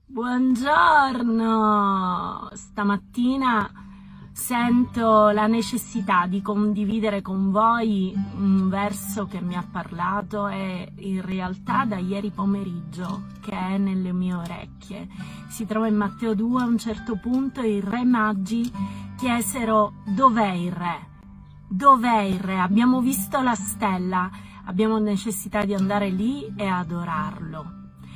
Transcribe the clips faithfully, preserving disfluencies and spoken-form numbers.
Buongiorno! Stamattina sento la necessità di condividere con voi un verso che mi ha parlato e in realtà da ieri pomeriggio che è nelle mie orecchie. Si trova in Matteo due, a un certo punto i re magi chiesero: dov'è il re? Dov'è il re? Abbiamo visto la stella, abbiamo necessità di andare lì e adorarlo.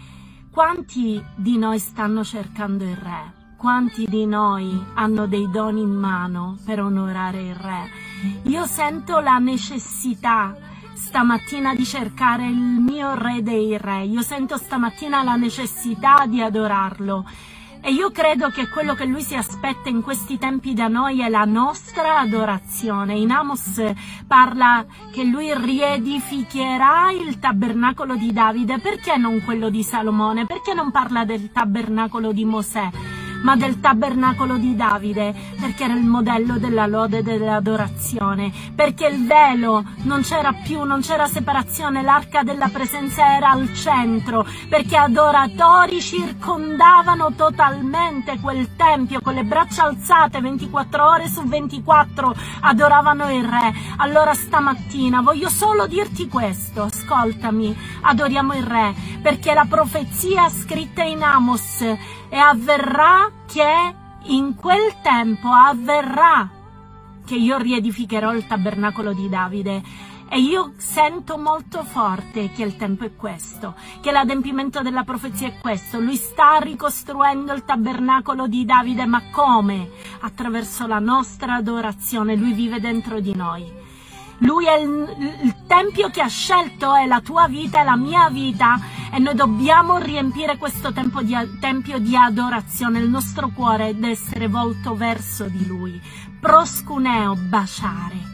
Quanti di noi stanno cercando il re? Quanti di noi hanno dei doni in mano per onorare il re? Io sento la necessità stamattina di cercare il mio re dei re. Io sento stamattina la necessità di adorarlo. E io credo che quello che lui si aspetta in questi tempi da noi è la nostra adorazione. In Amos parla che lui riedificherà il tabernacolo di Davide. Perché non quello di Salomone? Perché non parla del tabernacolo di Mosè, ma del tabernacolo di Davide? Perché era il modello della lode e dell'adorazione, perché il velo non c'era più, non c'era separazione, l'arca della presenza era al centro, perché adoratori circondavano totalmente quel tempio, con le braccia alzate ventiquattro ore su ventiquattro adoravano il re. Allora stamattina voglio solo dirti questo: ascoltami, adoriamo il re, perché la profezia scritta in Amos e avverrà che in quel tempo avverrà che io riedificherò il tabernacolo di Davide. E io sento molto forte che il tempo è questo, che l'adempimento della profezia è questo. Lui sta ricostruendo il tabernacolo di Davide, ma come? Attraverso la nostra adorazione. Lui vive dentro di noi. Lui è il, il tempio che ha scelto, è la tua vita, è la mia vita, e noi dobbiamo riempire questo tempo di, tempio di adorazione. Il nostro cuore deve essere volto verso di Lui. Proscuneo, baciare.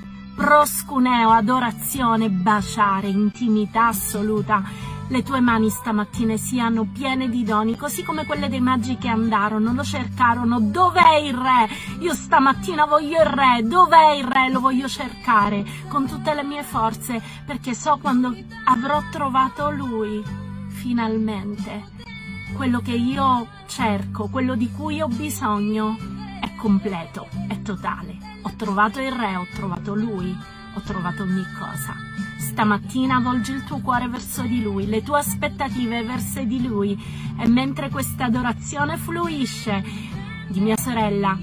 Proscuneo, adorazione, baciare, intimità assoluta. Le tue mani stamattina siano piene di doni, così come quelle dei magi che andarono, lo cercarono. Dov'è il re? Io stamattina voglio il re. Dov'è il re? Lo voglio cercare con tutte le mie forze, perché so quando avrò trovato lui, finalmente, quello che io cerco, quello di cui ho bisogno, è completo, è totale. Ho trovato il re, ho trovato lui, ho trovato ogni cosa. Stamattina volgi il tuo cuore verso di lui, le tue aspettative verso di lui, e mentre questa adorazione fluisce, di mia sorella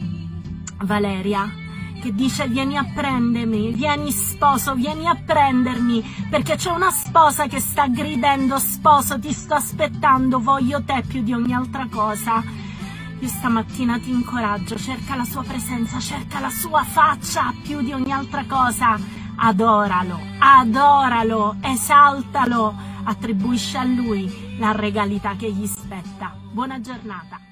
Valeria, che dice: vieni a prendermi, vieni sposo, vieni a prendermi, perché c'è una sposa che sta gridando: sposo, ti sto aspettando, voglio te più di ogni altra cosa. Io stamattina ti incoraggio, cerca la sua presenza, cerca la sua faccia più di ogni altra cosa. Adoralo, adoralo, esaltalo, attribuisci a lui la regalità che gli spetta. Buona giornata.